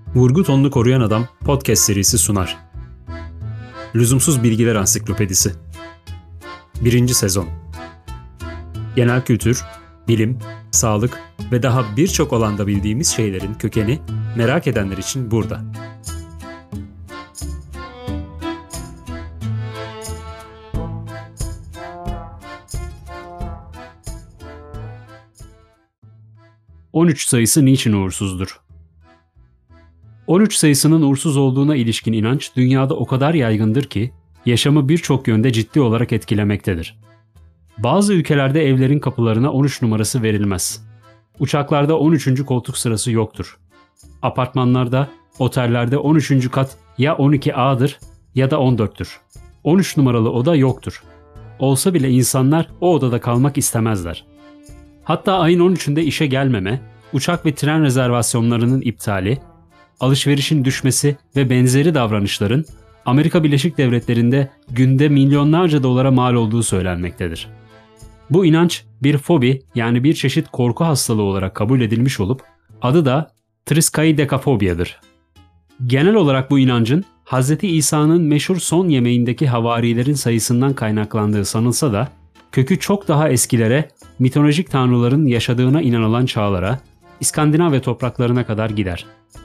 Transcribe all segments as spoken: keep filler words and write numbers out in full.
Vurgu Tonunu Koruyan Adam podcast serisi sunar. Lüzumsuz Bilgiler Ansiklopedisi birinci sezon. Genel kültür, bilim, sağlık ve daha birçok alanda bildiğimiz şeylerin kökeni merak edenler için burada. on üç sayısı niçin uğursuzdur? on üç sayısının uğursuz olduğuna ilişkin inanç dünyada o kadar yaygındır ki yaşamı birçok yönde ciddi olarak etkilemektedir. Bazı ülkelerde evlerin kapılarına on üç numarası verilmez. Uçaklarda on üçüncü koltuk sırası yoktur. Apartmanlarda, otellerde on üçüncü kat ya on iki A'dır ya da on dörttür. on üç numaralı oda yoktur. Olsa bile insanlar o odada kalmak istemezler. Hatta ayın on üçünde işe gelmeme, uçak ve tren rezervasyonlarının iptali, alışverişin düşmesi ve benzeri davranışların Amerika Birleşik Devletleri'nde günde milyonlarca dolara mal olduğu söylenmektedir. Bu inanç bir fobi, yani bir çeşit korku hastalığı olarak kabul edilmiş olup adı da triskaidekafobiyadır. Genel olarak bu inancın Hz. İsa'nın meşhur son yemeğindeki havarilerin sayısından kaynaklandığı sanılsa da kökü çok daha eskilere, mitolojik tanrıların yaşadığına inanılan çağlara, İskandinavya topraklarına kadar gider.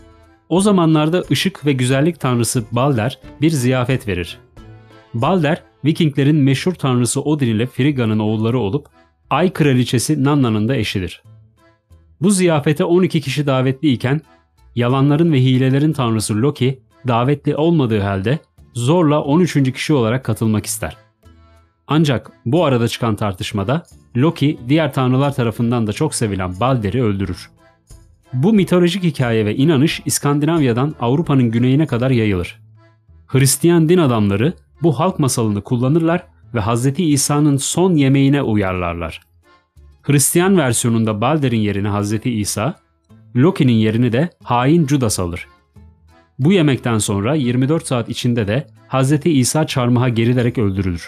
O zamanlarda ışık ve güzellik tanrısı Balder bir ziyafet verir. Balder, Vikinglerin meşhur tanrısı Odin ile Frigga'nın oğulları olup Ay Kraliçesi Nanna'nın da eşidir. Bu ziyafete on iki kişi davetli iken yalanların ve hilelerin tanrısı Loki davetli olmadığı halde zorla on üçüncü kişi olarak katılmak ister. Ancak bu arada çıkan tartışmada Loki diğer tanrılar tarafından da çok sevilen Balder'i öldürür. Bu mitolojik hikaye ve inanış İskandinavya'dan Avrupa'nın güneyine kadar yayılır. Hristiyan din adamları bu halk masalını kullanırlar ve Hz. İsa'nın son yemeğine uyarlarlar. Hristiyan versiyonunda Balder'in yerine Hz. İsa, Loki'nin yerini de hain Judas alır. Bu yemekten sonra yirmi dört saat içinde de Hz. İsa çarmıha gerilerek öldürülür.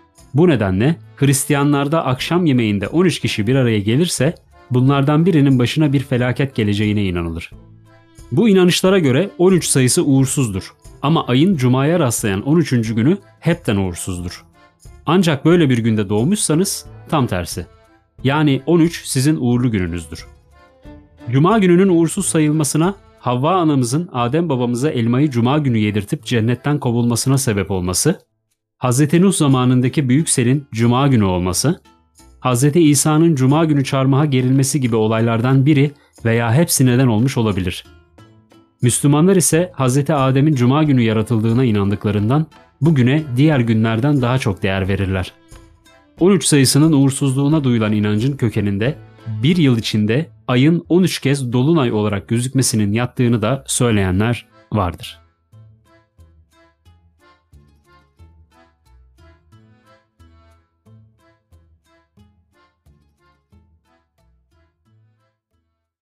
Bu nedenle Hristiyanlarda akşam yemeğinde on üç kişi bir araya gelirse bunlardan birinin başına bir felaket geleceğine inanılır. Bu inanışlara göre on üç sayısı uğursuzdur ama ayın Cuma'ya rastlayan on üçüncü günü hepten uğursuzdur. Ancak böyle bir günde doğmuşsanız tam tersi. Yani on üç sizin uğurlu gününüzdür. Cuma gününün uğursuz sayılmasına Havva anamızın Adem babamıza elmayı Cuma günü yedirtip cennetten kovulmasına sebep olması, Hz. Nuh zamanındaki büyük selin Cuma günü olması, Hz. İsa'nın Cuma günü çarmıha gerilmesi gibi olaylardan biri veya hepsi neden olmuş olabilir. Müslümanlar ise Hz. Adem'in Cuma günü yaratıldığına inandıklarından bugüne diğer günlerden daha çok değer verirler. on üç sayısının uğursuzluğuna duyulan inancın kökeninde bir yıl içinde ayın on üç kez dolunay olarak gözükmesinin yattığını da söyleyenler vardır.